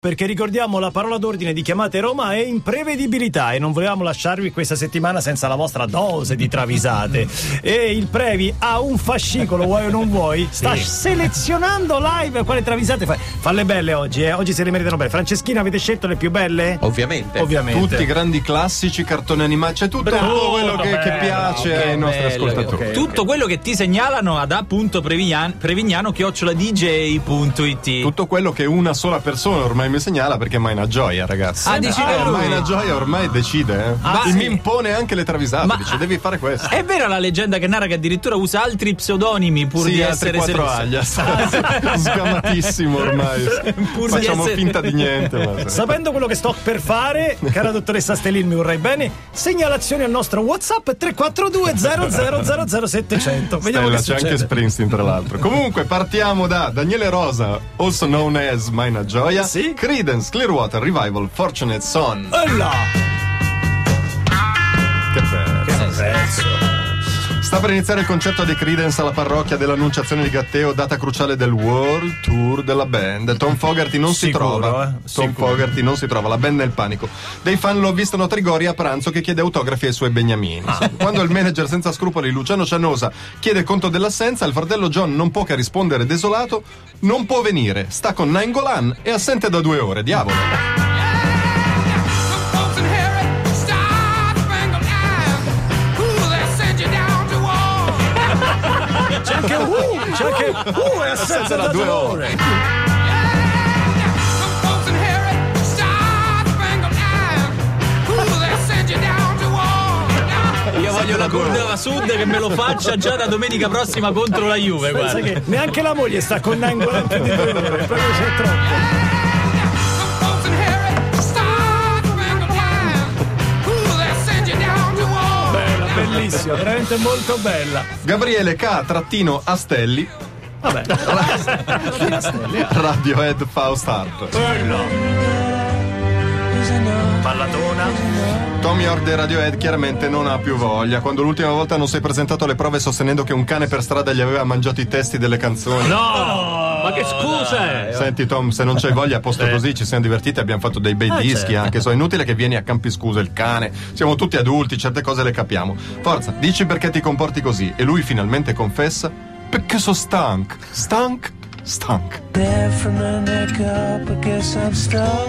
Perché ricordiamo, la parola d'ordine di Chiamate Roma è imprevedibilità e non volevamo lasciarvi questa settimana senza la vostra dose di travisate. E il Previ ha un fascicolo, vuoi o non vuoi, sta selezionando live quale travisate fai. Falle belle oggi, oggi se le meritano belle. Franceschina, avete scelto le più belle? Ovviamente. Tutti grandi classici, cartoni animati, c'è tutto quello che piace ai nostri ascoltatori. Tutto quello che ti segnalano ad a.prevignano@dj.it. Tutto quello che una sola persona ormai mi segnala, perché è Maina Gioia, ragazzi. Maina Gioia ormai decide, mi impone anche le travisate, dice devi fare questo. È vera la leggenda che narra che addirittura usa altri pseudonimi pur di essere sgamatissimo ormai. Facciamo finta di niente. Sapendo quello che sto per fare, cara dottoressa Stelin, mi vorrei bene, segnalazioni al nostro WhatsApp 342 00 700. Vediamo che c'è anche Springsteen, tra l'altro. Comunque partiamo da Daniele Rosa, also known as Maina Gioia. Sì? Creedence Clearwater Revival, Fortunate Son. Che pezzo. Sta per iniziare il concerto dei Creedence alla parrocchia dell'Annunciazione di Gatteo, data cruciale del World Tour della band. Tom Fogerty non si trova. Tom Fogerty non si trova, la band è nel panico. Dei fan lo avvistano a Trigori a pranzo che chiede autografi ai suoi beniamini. Quando il manager senza scrupoli Luciano Cianosa chiede conto dell'assenza, il fratello John non può che rispondere desolato: non può venire, sta con Nainggolan e assente da 2 ore, diavolo. C'è anche è assenza da 2 ore. Io voglio la Cordova Sud che me lo faccia già da domenica prossima contro la Juve. Pensa che neanche la moglie sta con Nainggolan più di 2 ore, proprio c'è troppo. Bellissima, veramente molto bella. Gabriele K-Astelli. Vabbè. Radiohead Faust Harp. Ballatona. Tommy York dei Radiohead chiaramente non ha più voglia. Quando l'ultima volta non sei presentato alle prove sostenendo che un cane per strada gli aveva mangiato i testi delle canzoni. Ma che scusa è? Senti Tom, se non c'hai voglia a posto così, ci siamo divertiti, abbiamo fatto dei bei dischi, certo. anche so, è inutile che vieni a campi scusa il cane, siamo tutti adulti, certe cose le capiamo. Forza, dici perché ti comporti così. E lui finalmente confessa: perché sono stanco. Stank. There from the neck up, I guess I'm stuck.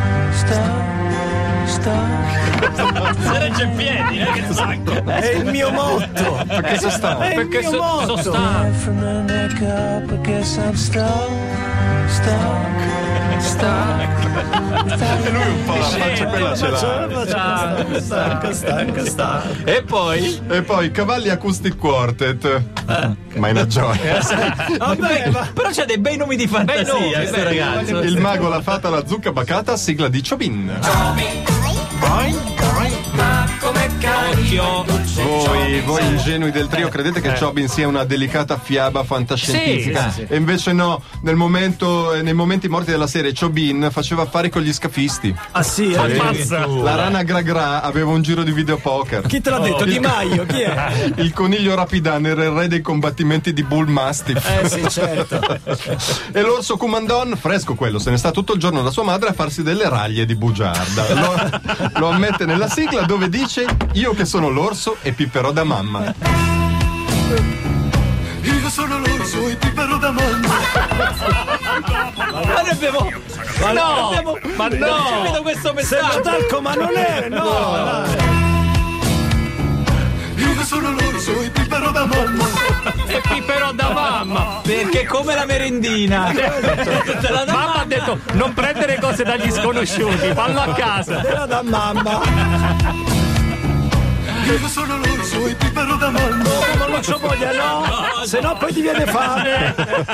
Se regge in piedi, che stanco. È il mio motto. Perché sono stanco. È il mio motto. There from the neck up, I guess I'm stuck. E lui un po' la faccia quella ce l'ha. Stanco. E poi Cavalli Acoustic Quartet. Maina Gioia. Vabbè, ma però c'è dei bei nomi di fantasia questo ragazzo. Il mago, la fata, la zucca bacata, sigla di Chobin. Occhio. Voi ingenui del trio credete che Chobin sia una delicata fiaba fantascientifica, Sì. e invece no, nei momenti morti della serie Chobin faceva affari con gli scafisti. ah sì, La rana Gragra aveva un giro di videopoker. chi te l'ha detto? Di Maio, chi è? Il coniglio Rapidan era il re dei combattimenti di Bull Mastiff. Sì, certo. E l'orso Kumandon, fresco quello, se ne sta tutto il giorno da sua madre a farsi delle raglie di bugiarda. Lo ammette nella sigla dove dice: io che sono l'orso e pipperò da mamma. Io sono l'orso e pipero da mamma. Ma ne abbiamo. Ma no! Capito questo messaggio? Talco, ma non è, no. Io sono l'orso e pipero da mamma. E pipperò da mamma. Perché come la merendina. Mamma ha detto non prendere cose dagli sconosciuti, fallo a casa. Era da mamma. Io sono l'orso e pipero da mamma. Ma non c'ho voglia, no? Se no poi ti viene fame.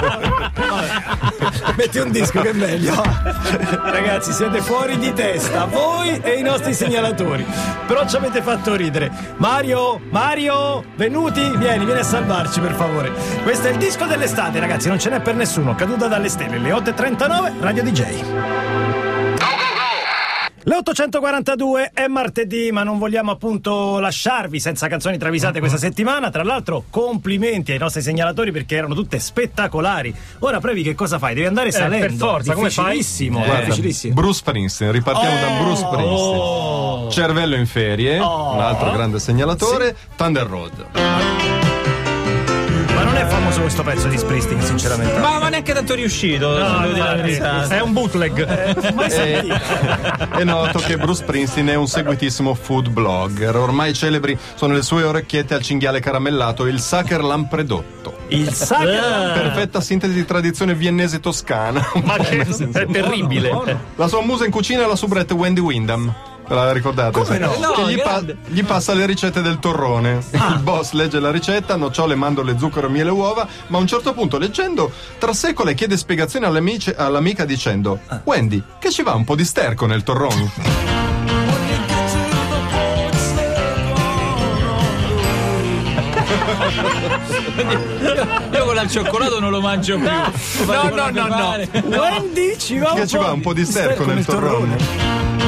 Metti un disco che è meglio. Ragazzi, siete fuori di testa, voi e i nostri segnalatori. Però ci avete fatto ridere. Mario, venuti? Vieni a salvarci per favore. Questo è il disco dell'estate, ragazzi, non ce n'è per nessuno. Caduta dalle stelle, le 8:39, Radio DJ. Le 842 è martedì, ma non vogliamo appunto lasciarvi senza canzoni travisate questa settimana. Tra l'altro, complimenti ai nostri segnalatori perché erano tutte spettacolari. Ora, Previ, che cosa fai? Devi andare salendo. Per forza, come fai? Difficilissimo. Bruce Springsteen, ripartiamo da Bruce Springsteen. Cervello in ferie, un altro grande segnalatore. Thunder Road. Ma non è famoso questo pezzo di Springsteen, sinceramente. Ma neanche tanto riuscito. È un bootleg. Mai sentito. È noto che Bruce Springsteen è un seguitissimo food blogger. Ormai celebri sono le sue orecchiette al cinghiale caramellato e il Sacher Lampredotto. Il Sacher. Perfetta sintesi di tradizione viennese toscana. Ma che è terribile. La sua musa in cucina è la soubrette Wendy Windham. Ve la ricordate? Come no? Che gli passa le ricette del torrone. Il boss legge la ricetta, nocciole, mandorle, zucchero, miele e uova, ma a un certo punto, leggendo, trasecola e chiede spiegazioni all'amica dicendo: Wendy, che ci va un po' di sterco nel torrone? Io con al cioccolato non lo mangio più. No. Wendy ci va Che ci va un po' di sterco nel torrone.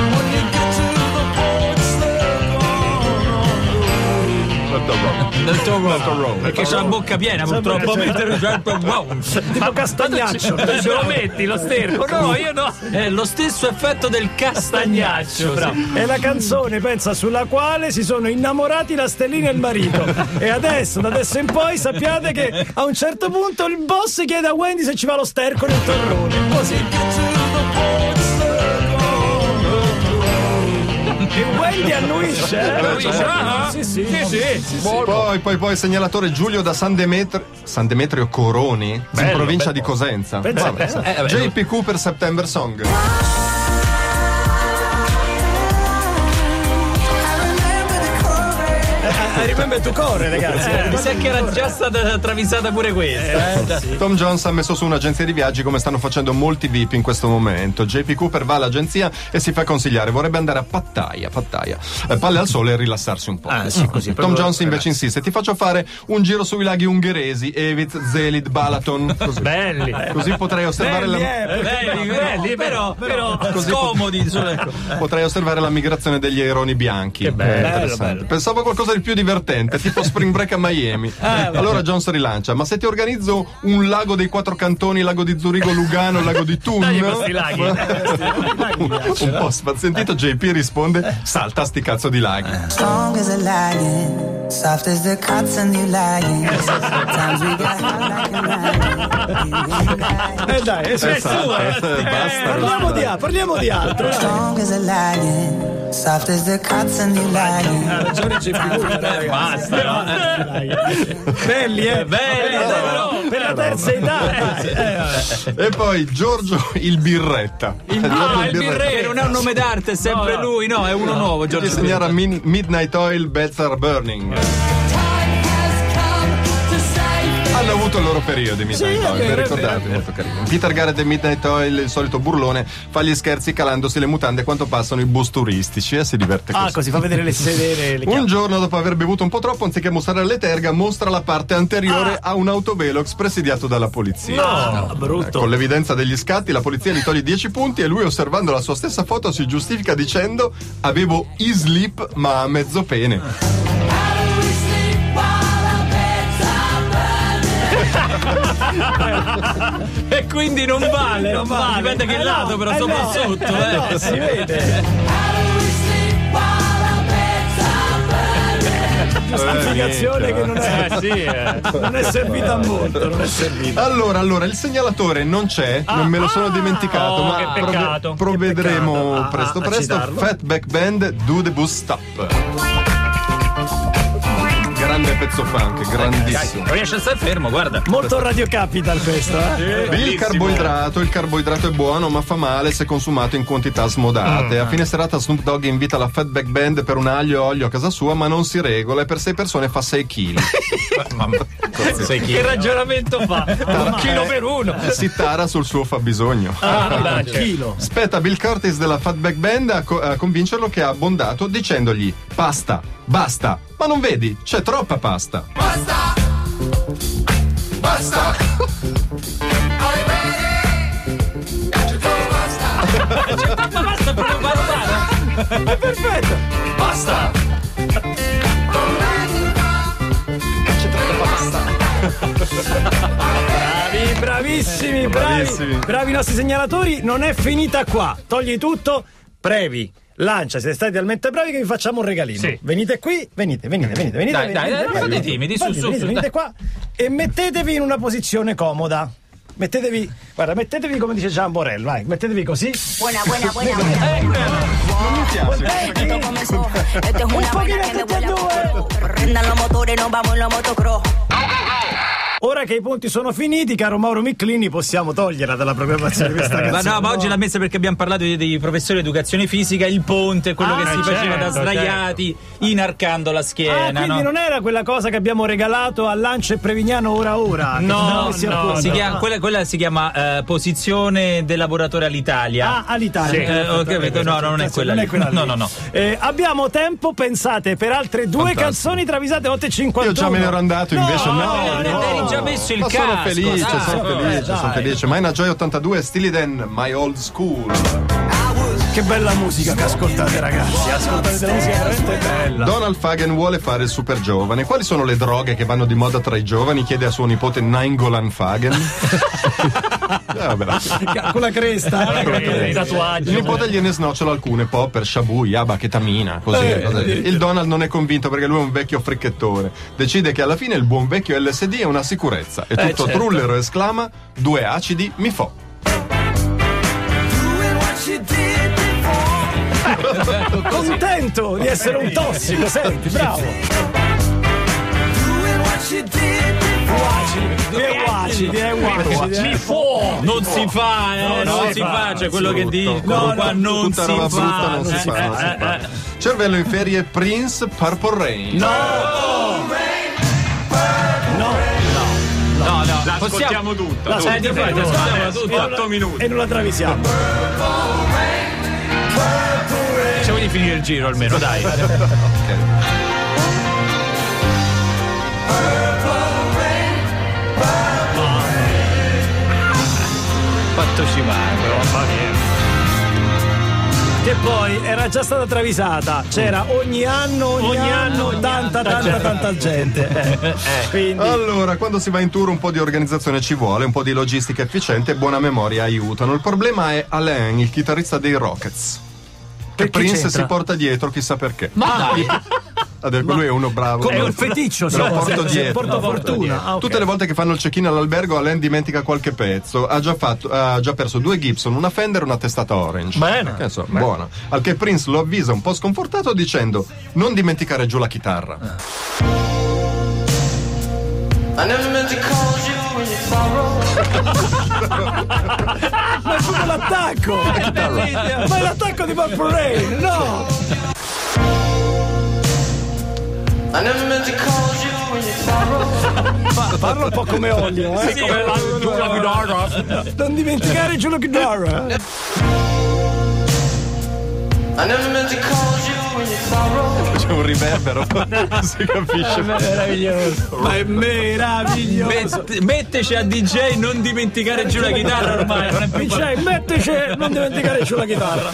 Nel torrone. Perché c'ha la bocca piena, purtroppo. Tipo castagnaccio. Ce lo metti lo sterco? No, io no. È lo stesso effetto del castagnaccio. Bravo. È la canzone, pensa, sulla quale si sono innamorati la stellina e il marito. E adesso, da adesso in poi, sappiate che a un certo punto il boss chiede a Wendy se ci va lo sterco nel torrone. Così. E Wendy annuisce, Sì. Poi segnalatore Giulio da San Demetrio Coroni, in provincia di Cosenza. JP Cooper September Song. Remember to Core, ragazzi. Mi sa che era già stata travisata pure questa. Tom Jones ha messo su un'agenzia di viaggi come stanno facendo molti VIP in questo momento. JP Cooper va all'agenzia e si fa consigliare, vorrebbe andare a Pattaya. Palle al sole e rilassarsi un po'. Così. Tom Jones invece insiste: ti faccio fare un giro sui laghi ungheresi, Evit, Zelid, Balaton. Belli. Così potrei osservare Belli, però scomodi. Potrei osservare la migrazione degli aironi bianchi. Che bello, Interessante. Pensavo a qualcosa di più divertente, tipo Spring Break a Miami. Allora Jones rilancia: ma se ti organizzo un lago dei quattro cantoni, lago di Zurigo, Lugano, lago di Thun? Dai questi laghi. Un po' spazientito JP risponde: salta sti cazzo di laghi. Strong as a lion, soft as the cotton you lying. Sometimes we got hot like a lion. Dai, Basta. Parliamo di altro. Strong as a lion, soft as the cotton you lying. Basta. Belli, per la terza età. E poi Giorgio il Birretta. Il birretta, che non è un nome d'arte, è sempre lui. No, è uno nuovo. Giorgio segnala Midnight Oil, Bells Are Burning. Hanno avuto il loro periodo i Midnight Oil, vi ricordate? Molto carino. Peter Garrett e Midnight Oil, il solito burlone, fa gli scherzi calandosi le mutande quanto passano i bus turistici e si diverte così. Così fa vedere le sedere. Un giorno, dopo aver bevuto un po' troppo, anziché mostrare le terga, mostra la parte anteriore a un autovelox presidiato dalla polizia. No, brutto. Con l'evidenza degli scatti, la polizia gli toglie 10 punti e lui, osservando la sua stessa foto, si giustifica dicendo: avevo e-slip ma a mezzo pene. E quindi non vale. Dipende che lato, però sopra sotto. No, si vede. Giustificazione che non è servita a molto. Allora, il segnalatore non c'è, non me lo sono dimenticato, ma che peccato. provvederemo presto. Fatback Band, Do the Bus Stop. Grande pezzo funk, grandissimo. Non riesce a stare fermo, guarda. Molto Radio Capital questo, Il carboidrato è buono, ma fa male se consumato in quantità smodate. A fine serata Snoop Dogg invita la Fatback Band per un aglio e olio a casa sua, ma non si regola e per 6 persone fa 6 kg. Che ragionamento fa? Un chilo per uno. Si tara sul suo fabbisogno. chilo. Spetta Bill Curtis della Fatback Band a convincerlo che ha abbondato dicendogli: basta, ma non vedi, c'è troppa pasta. Basta. C'è troppa pasta, proprio bastata. È perfetto. Basta. C'è troppa pasta. Bravissimi. Bravi i nostri segnalatori. Non è finita qua. Togli tutto. Previ. Lancia, siete stati talmente bravi che vi facciamo un regalino. Sì. Venite qui, venite. Dai, non fate timidi, Venite qua e mettetevi in una posizione comoda. Mettetevi come dice Gian Borel, vai, mettetevi così. Buena. Esto comenzó, esto es una vaina que me huele a poporo. Prendan los motores, nos vamos en la motocross. Ora che i punti sono finiti, caro Mauro Miclini, possiamo toglierla dalla programmazione di questa canzone. Ma oggi l'ha messa perché abbiamo parlato dei professori di educazione fisica, il ponte, quello che si faceva da sdraiati, inarcando la schiena. Quindi non era quella cosa che abbiamo regalato a Lancia e Prevignano ora. No. Quella si chiama posizione del lavoratore all'Italia. All'Italia. Ho capito, no, non è quella. No. Abbiamo tempo, pensate, per altre due canzoni travisate 8:51. Io già me ne ero andato, invece Eri già messo il casco. Sono felice. Mina Joy 82, Steely Dan, My Old School. Che bella musica che ascoltate, ragazzi. Ascoltate della musica veramente bella. Donald Fagen vuole fare il super giovane. Quali sono le droghe che vanno di moda tra i giovani? Chiede a suo nipote Nainggolan Fagen. Con la cresta. I tatuaggi. Il nipote gliene snocciola alcune, popper, shabu, yaba, ketamina, così. Il Donald non è convinto perché lui è un vecchio fricchettore. Decide che alla fine il buon vecchio LSD è una sicurezza. E tutto trullero esclama: 2 acidi mi fo. Contento di essere un tossico, senti, bravo. Mi fo! Non si fa, c'è quello che dico. Qua non si fa. Non si fa. Cervello in ferie, Prince, Purple Rain. No, L'ascoltiamo tutta. Ascoltiamo tutto. 8 minuti. E non la travisiamo. Facciamo di finire il giro almeno, dai. Quanto ci manca, mamma mia. Che poi era già stata travisata. C'era ogni anno tanta gente. Quindi... Allora, quando si va in tour un po' di organizzazione ci vuole, un po' di logistica efficiente e buona memoria aiutano. Il problema è Alain, il chitarrista dei Rockets. Che Prince c'entra? si porta dietro, chissà perché. Ma dai. Lui è uno bravo. Come un feticcio, se lo porto dietro. Porta fortuna. Okay. Tutte le volte che fanno il check-in all'albergo, Alain dimentica qualche pezzo. Ha già perso 2 Gibson, una Fender e una testata Orange. Bene. Che so, buona. Al che Prince lo avvisa un po' sconfortato dicendo: non dimenticare giù la chitarra. I never meant to call you when you sorrow. Ma è proprio l'attacco! Ma è l'attacco di Purple Rain! No! I never meant to call you when you sorrow. Parla un po' come Olio, Come la chitarra. Non dimenticare giù la chitarra! I never meant to call you when you sorrow. C'è un riverbero. Si capisce. Meraviglioso! Ma è meraviglioso! Metteci a DJ, non dimenticare giù la chitarra ormai. Non è più DJ, metteci, non dimenticare giù la chitarra!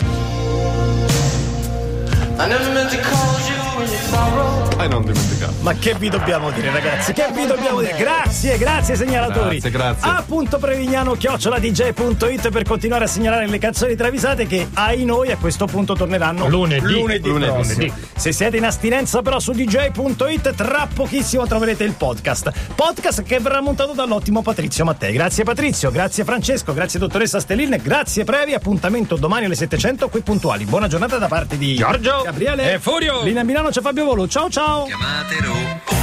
I never meant to call you when you sorrow. Non dimenticare. Ma che vi dobbiamo dire, ragazzi? Che vi dobbiamo dire? Grazie segnalatori. Grazie. a.prevignano@dj.it per continuare a segnalare le canzoni travisate che ai noi a questo punto torneranno lunedì prossimo. Se siete in astinenza però su dj.it tra pochissimo troverete il podcast che verrà montato dall'ottimo Patrizio Mattei. Grazie Patrizio, grazie Francesco, grazie dottoressa Stellin, grazie Previ, appuntamento domani alle 700 qui puntuali. Buona giornata da parte di Giorgio, Gabriele e Furio. Lina Milano, c'è Fabio Volo. Ciao. Chiamatelo